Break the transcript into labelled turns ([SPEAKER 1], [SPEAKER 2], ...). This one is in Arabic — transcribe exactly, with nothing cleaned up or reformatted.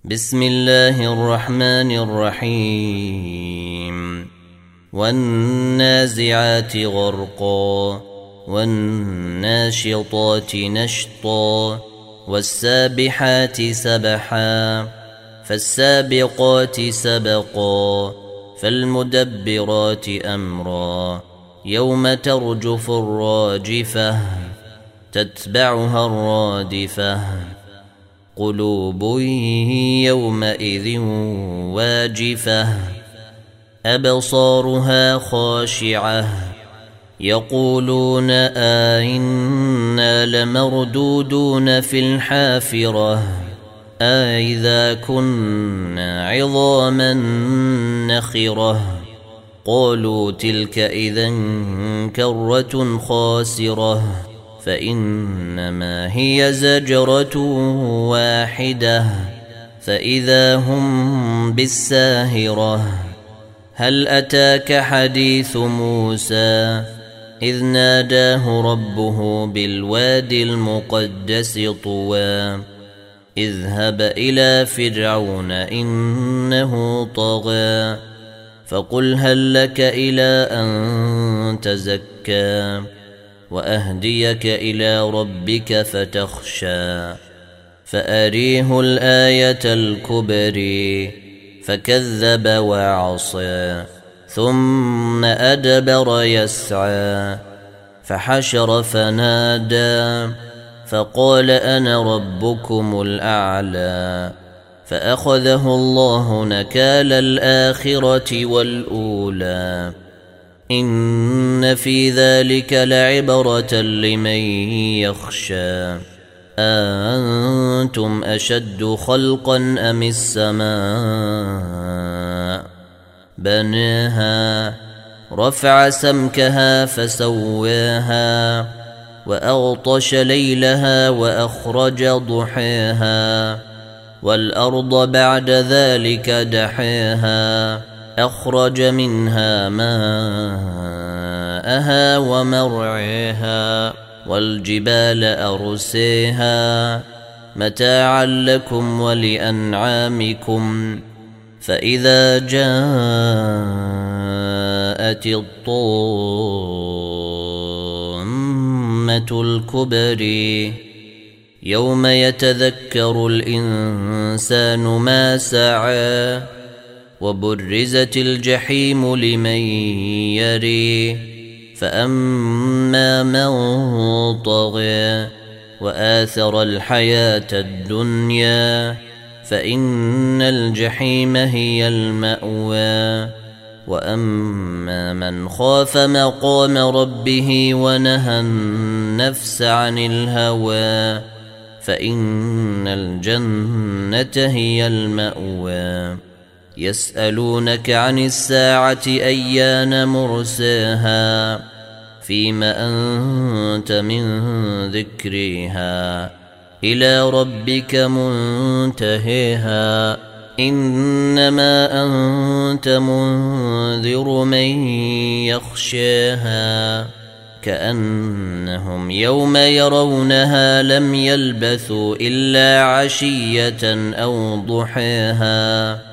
[SPEAKER 1] بسم الله الرحمن الرحيم والنازعات غرقا والناشطات نشطا والسابحات سبحا فالسابقات سبقا فالمدبرات أمرا يوم ترجف الراجفة تتبعها الرادفة قلوب يومئذ واجفة أبصارها خاشعة يقولون أئنا لمردودون في الحافرة أئذا كنا عظاما نخرة قالوا تلك إذا كرة خاسرة فإنما هي زجرة واحدة فإذا هم بالساهرة هل أتاك حديث موسى إذ ناداه ربه بالوادي المقدس طوى اذهب إلى فرعون إنه طغى فقل هل لك إلى أن تزكى وأهديك إلى ربك فتخشى فأريه الآية الكبرى فكذب وعصى ثم أدبر يسعى فحشر فنادى فقال أنا ربكم الأعلى فأخذه الله نكال الآخرة والأولى إن في ذلك لعبرة لمن يخشى أأنتم أشد خلقا أم السماء بناها رفع سمكها فسواها وأغطش ليلها وأخرج ضحاها والأرض بعد ذلك دحاها أخرج منها ماءها ومرعاها والجبال أرسيها متاعا لكم ولأنعامكم فإذا جاءت الطامة الكبرى يوم يتذكر الإنسان ما سعى وبرزت الجحيم لمن يري فأما من طغى وآثر الحياة الدنيا فإن الجحيم هي المأوى وأما من خاف مقام ربه ونهى النفس عن الهوى فإن الجنة هي المأوى يسألونك عن الساعة أيان مرساها فيما أنت من ذكرها إلى ربك منتهيها إنما أنت منذر من يخشاها كأنهم يوم يرونها لم يلبثوا إلا عشية أو ضحاها